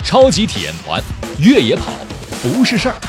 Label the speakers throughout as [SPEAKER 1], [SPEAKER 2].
[SPEAKER 1] 超级体验团，越野跑不是事儿。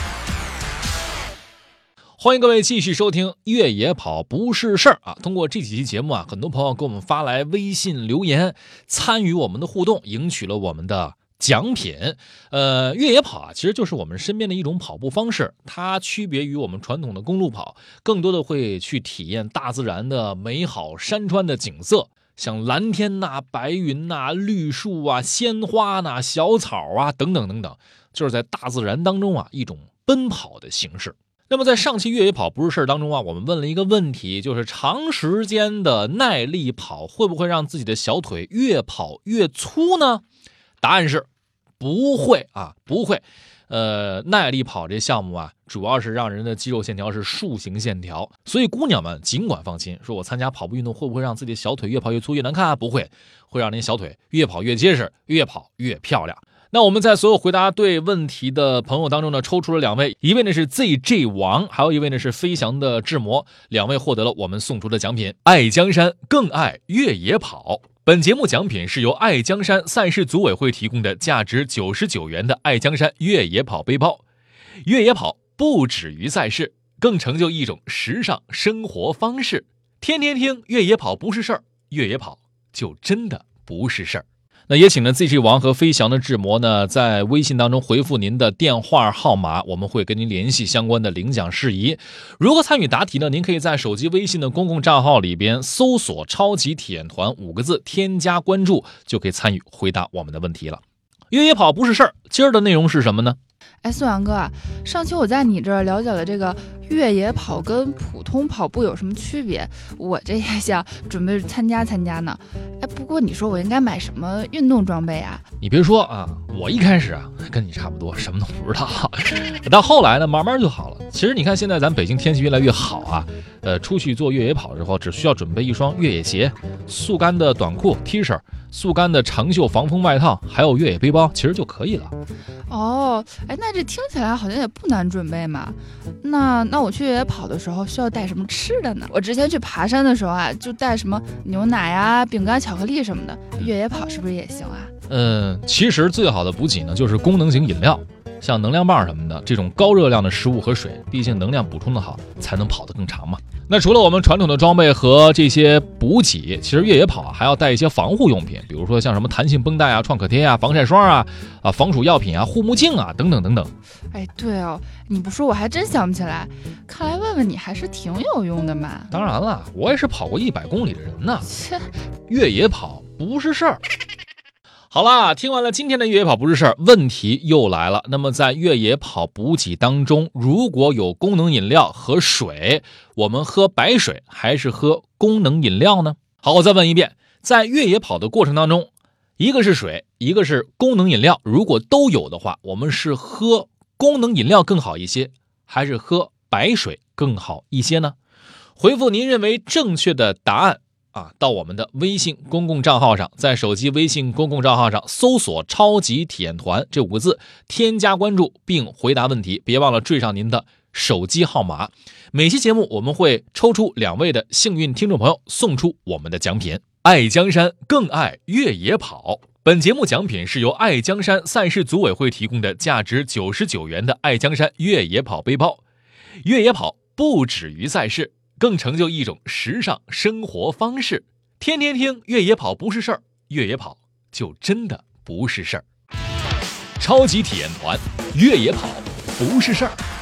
[SPEAKER 1] 欢迎各位继续收听越野跑不是事儿啊！通过这几期节目啊，很多朋友给我们发来微信留言，参与我们的互动，赢取了我们的奖品。越野跑啊，其实就是我们身边的一种跑步方式，它区别于我们传统的公路跑，更多的会去体验大自然的美好山川的景色，像蓝天呐、白云呐、绿树啊、鲜花呐、小草啊等等等等，就是在大自然当中啊一种奔跑的形式。那么在上期越野跑不是事儿当中啊，我们问了一个问题，就是长时间的耐力跑会不会让自己的小腿越跑越粗呢？答案是不会啊，不会。耐力跑这项目啊，主要是让人的肌肉线条是竖形线条，所以姑娘们尽管放心，说我参加跑步运动会不会让自己的小腿越跑越粗越难看啊？不会，会让您小腿越跑越结实，越跑越漂亮。那我们在所有回答对问题的朋友当中呢，抽出了2位，一位呢是 ZJ 王，还有一位呢是飞翔的志摩，2位获得了我们送出的奖品。爱江山更爱越野跑。本节目奖品是由爱江山赛事组委会提供的价值99元的爱江山越野跑背包。越野跑不止于赛事，更成就一种时尚生活方式。天天听越野跑不是事儿，越野跑就真的不是事儿。那也请呢 ZG 王和飞翔的志摩呢，在微信当中回复您的电话号码，我们会跟您联系相关的领奖事宜。如何参与答题呢？您可以在手机微信的公共账号里边搜索超级体验团5个字，添加关注，就可以参与回答我们的问题了。越野跑不是事儿，今儿的内容是什么呢？
[SPEAKER 2] 宋阳哥啊，上期我在你这儿了解了这个越野跑跟普通跑步有什么区别，我这也想准备参加呢。不过你说我应该买什么运动装备啊？
[SPEAKER 1] 你别说啊，我一开始啊跟你差不多，什么都不知道，到后来呢慢慢就好了。其实你看现在咱北京天气越来越好啊，出去做越野跑的时候，只需要准备一双越野鞋、速干的短裤 T 恤、速干的长袖防风外套，还有越野背包，其实就可以了。
[SPEAKER 2] 哦，那这听起来好像也不难准备嘛。那我去越野跑的时候需要带什么吃的呢？我之前去爬山的时候啊，就带什么牛奶啊、饼干、巧克力什么的。越野跑是不是也行啊？
[SPEAKER 1] 其实最好的补给呢，就是功能型饮料，像能量棒什么的，这种高热量的食物和水，毕竟能量补充的好，才能跑得更长嘛。那除了我们传统的装备和这些补给，其实越野跑还要带一些防护用品，比如说像什么弹性绷带啊、创可贴啊、防晒霜啊、防暑药品啊、护目镜啊等等等等。
[SPEAKER 2] 对哦，你不说我还真想不起来，看来问问你还是挺有用的嘛。
[SPEAKER 1] 当然了，我也是跑过100公里的人呢。
[SPEAKER 2] 切，
[SPEAKER 1] 越野跑不是事儿。好啦，听完了今天的越野跑不是事儿，问题又来了。那么在越野跑补给当中，如果有功能饮料和水，我们喝白水还是喝功能饮料呢？好，我再问一遍，在越野跑的过程当中，一个是水，一个是功能饮料，如果都有的话，我们是喝功能饮料更好一些，还是喝白水更好一些呢？回复您认为正确的答案到我们的微信公共账号上，在手机微信公共账号上搜索超级体验团这5个字，添加关注并回答问题，别忘了缀上您的手机号码。每期节目我们会抽出2位的幸运听众朋友，送出我们的奖品。爱江山更爱越野跑。本节目奖品是由爱江山赛事组委会提供的价值99元的爱江山越野跑背包。越野跑不止于赛事，更成就一种时尚生活方式。天天听越野跑不是事儿，越野跑就真的不是事儿。超级体验团，越野跑不是事儿。